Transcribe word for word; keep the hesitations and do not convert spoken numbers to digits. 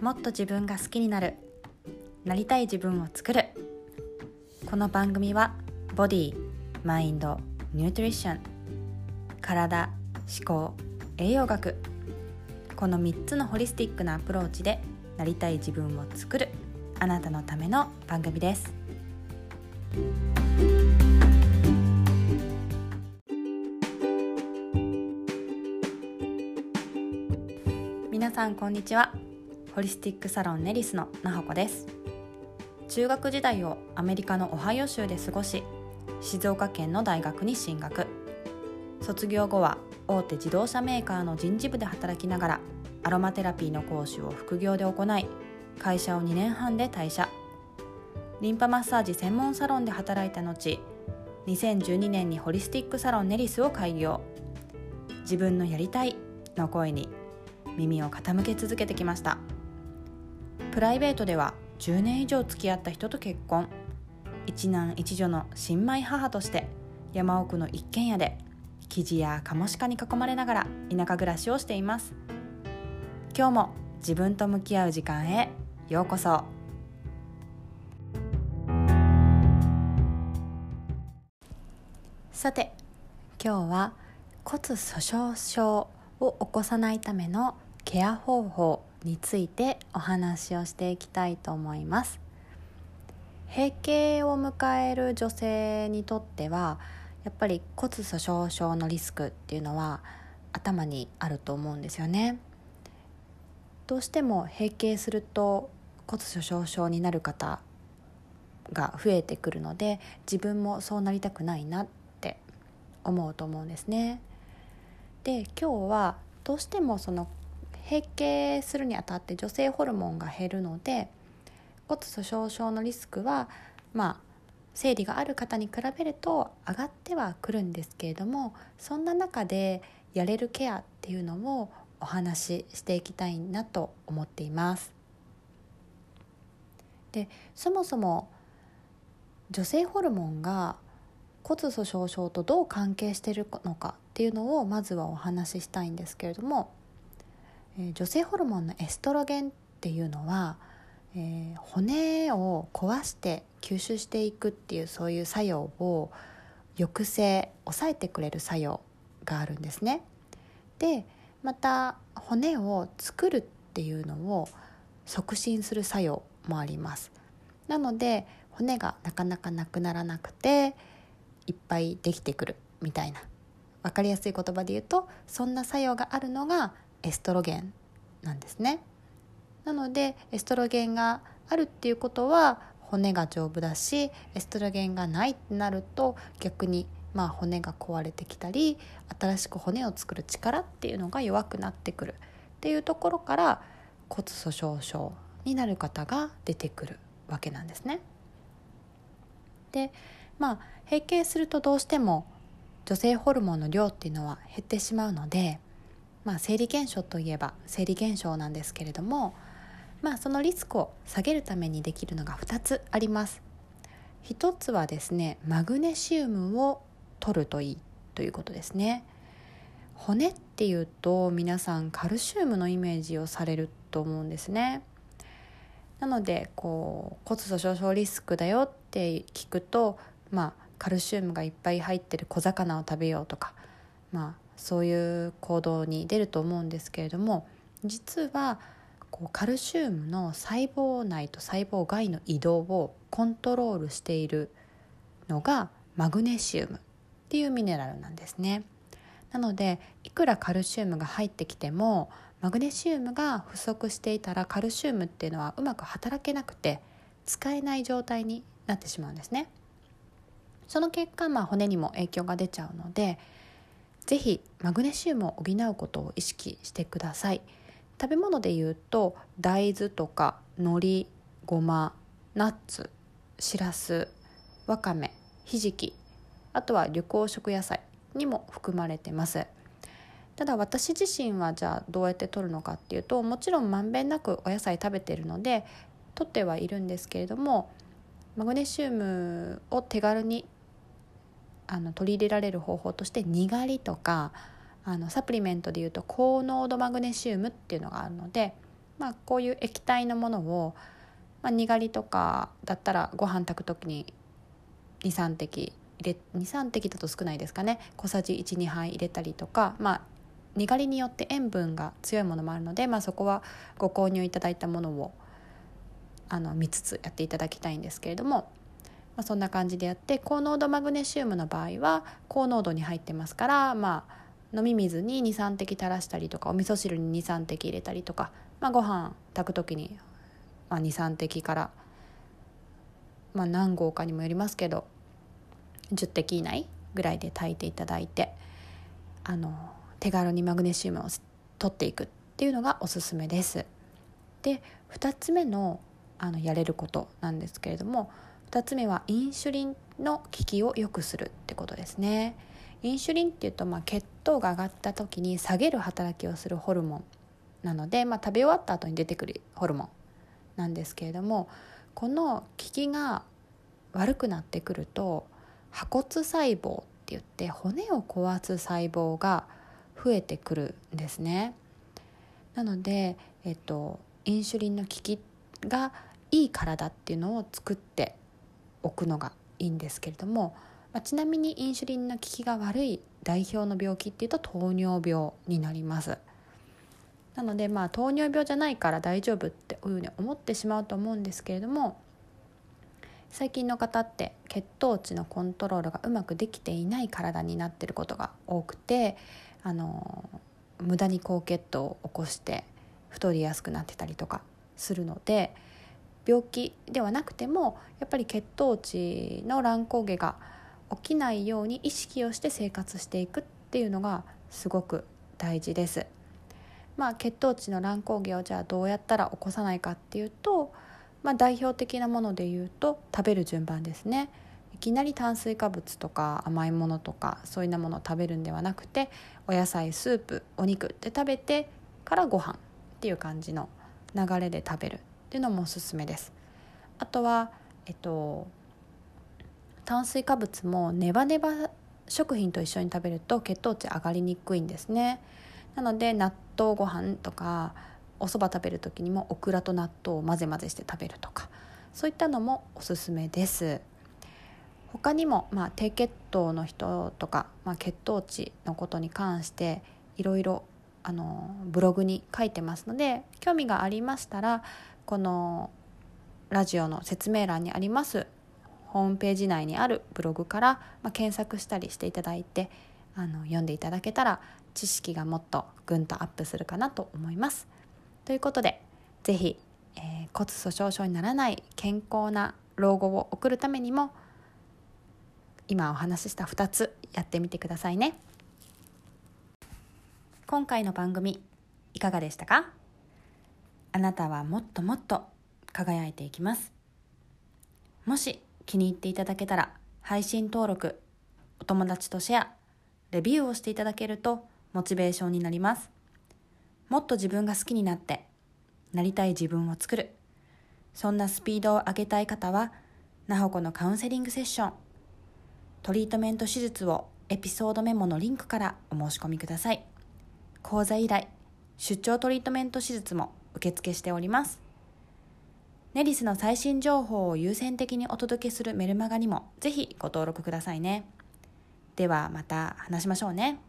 もっと自分が好きになる、なりたい自分を作る。この番組はボディ、マインド、ニュートリション、体、思考、栄養学、このみっつのホリスティックなアプローチでなりたい自分を作るあなたのための番組です。皆さんこんにちは。ホリスティックサロンネリスのなほこです。中学時代をアメリカのオハイオ州で過ごし、静岡県の大学に進学。卒業後は大手自動車メーカーの人事部で働きながらアロマテラピーの講師を副業で行い、会社をにねんはんで退社。リンパマッサージ専門サロンで働いた後、にせんじゅうにねんにホリスティックサロンネリスを開業。自分のやりたいの声に耳を傾け続けてきました。プライベートではじゅうねん以上付き合った人と結婚。一男一女の新米母として山奥の一軒家でキジやカモシカに囲まれながら田舎暮らしをしています。今日も自分と向き合う時間へようこそ。さて、今日は骨粗鬆症を起こさないためのケア方法についてお話をしていきたいと思います。閉経を迎える女性にとってはやっぱり骨粗鬆症のリスクっていうのは頭にあると思うんですよね。どうしても閉経すると骨粗鬆症になる方が増えてくるので、自分もそうなりたくないなって思うと思うんですね。で、今日はどうしてもその閉経するにあたって女性ホルモンが減るので、骨粗鬆症のリスクはまあ生理がある方に比べると上がってはくるんですけれども、そんな中でやれるケアっていうのをお話ししていきたいなと思っています。で、そもそも女性ホルモンが骨粗鬆症とどう関係しているのかっていうのをまずはお話ししたいんですけれども、えー、女性ホルモンのエストロゲンっていうのは、えー、骨を壊して吸収していくっていうそういう作用を抑制抑えてくれる作用があるんですね。で、また骨を作るっていうのを促進する作用もあります。なので骨がなかなかなくならなくていっぱいできてくるみたいな、分かりやすい言葉で言うとそんな作用があるのがエストロゲンなんですね。なのでエストロゲンがあるっていうことは骨が丈夫だし、エストロゲンがないってなると逆にまあ骨が壊れてきたり、新しく骨を作る力っていうのが弱くなってくるっていうところから骨粗鬆症になる方が出てくるわけなんですね。で、まあ閉経するとどうしても女性ホルモンの量っていうのは減ってしまうので、まあ、生理現象といえば生理現象なんですけれども、まあ、そのリスクを下げるためにできるのがふたつあります。ひとつはですね、マグネシウムを取るといいということですね。骨っていうと皆さんカルシウムのイメージをされると思うんですね。なのでこう骨粗鬆症リスクだよって聞くと、まあ、カルシウムがいっぱい入ってる小魚を食べようとか、まあ、そういう行動に出ると思うんですけれども、実はこうカルシウムの細胞内と細胞外の移動をコントロールしているのがマグネシウムっていうミネラルなんですね。なのでいくらカルシウムが入ってきてもマグネシウムが不足していたらカルシウムっていうのはうまく働けなくて使えない状態になってしまうんですね。その結果、まあ、骨にも影響が出ちゃうので、ぜひマグネシウムを補うことを意識してください。食べ物でいうと大豆とか海苔、ごま、ナッツ、しらす、わかめ、ひじき、あとは緑黄色野菜にも含まれてます。ただ私自身はじゃあどうやって摂るのかっていうと、もちろんまんべんなくお野菜食べているので摂ってはいるんですけれども、マグネシウムを手軽にあの取り入れられる方法として、にがりとかあのサプリメントでいうと高濃度マグネシウムっていうのがあるので、 まあ、こういう液体のものを、まあ、にがりとかだったらご飯炊く時ににさんてき入れにさんてきだと少ないですかね、小さじいち、にはい入れたりとか、まあ、にがりによって塩分が強いものもあるので、まあ、そこはご購入いただいたものをあの見つつやっていただきたいんですけれども、まあ、そんな感じでやって、高濃度マグネシウムの場合は高濃度に入ってますから、まあ、飲み水にに、さんてき垂らしたりとか、お味噌汁にに、さんてき入れたりとか、まあ、ご飯炊く時に、まあ、に、さんてきから、まあ、何合かにもよりますけどじゅってき以内ぐらいで炊いていただいて、あの手軽にマグネシウムを取っていくっていうのがおすすめです。でふたつめの、あのやれることなんですけれども、ふたつめはインシュリンの効きを良くするってことですね。インシュリンっていうと、まあ、血糖が上がった時に下げる働きをするホルモンなので、まあ、食べ終わった後に出てくるホルモンなんですけれども、この効きが悪くなってくると破骨細胞って言って骨を壊す細胞が増えてくるんですね。なので、えっと、インシュリンの効きがいい体っていうのを作っておくのがいいんですけれども、まあ、ちなみにインシュリンの効きが悪い代表の病気っていうと糖尿病になります。なので、まあ、糖尿病じゃないから大丈夫っていうふうに思ってしまうと思うんですけれども、最近の方って血糖値のコントロールがうまくできていない体になっていることが多くて、あの無駄に高血糖を起こして太りやすくなってたりとかするので、病気ではなくてもやっぱり血糖値の乱高下が起きないように意識をして生活していくっていうのがすごく大事です。まあ、血糖値の乱高下をじゃあどうやったら起こさないかっていうと、まあ、代表的なもので言うと食べる順番ですね。いきなり炭水化物とか甘いものとかそういうものを食べるんではなくて、お野菜、スープ、お肉で食べてからご飯っていう感じの流れで食べるっていうのもおすすめです。あとは、えっと、炭水化物もネバネバ食品と一緒に食べると血糖値上がりにくいんですね。なので納豆ご飯とかお蕎麦食べる時にもオクラと納豆を混ぜ混ぜして食べるとか、そういったのもおすすめです。他にも、まあ、低血糖の人とか、まあ、血糖値のことに関していろいろあのブログに書いてますので、興味がありましたらこのラジオの説明欄にありますホームページ内にあるブログから、まあ、検索したりしていただいて、あの読んでいただけたら知識がもっとぐんとアップするかなと思います。ということで、ぜひ、えー、骨粗しょう症にならない健康な老後を送るためにも今お話ししたふたつやってみてくださいね。今回の番組いかがでしたか？あなたはもっともっと輝いていきます。もし気に入っていただけたら配信登録、お友達とシェア、レビューをしていただけるとモチベーションになります。もっと自分が好きになってなりたい自分を作る、そんなスピードを上げたい方はなほこのカウンセリングセッション、トリートメント手術をエピソードメモのリンクからお申し込みください。講座依頼、出張トリートメント手術も受付しております。ネリスの最新情報を優先的にお届けするメルマガにもぜひご登録くださいね。ではまた話しましょうね。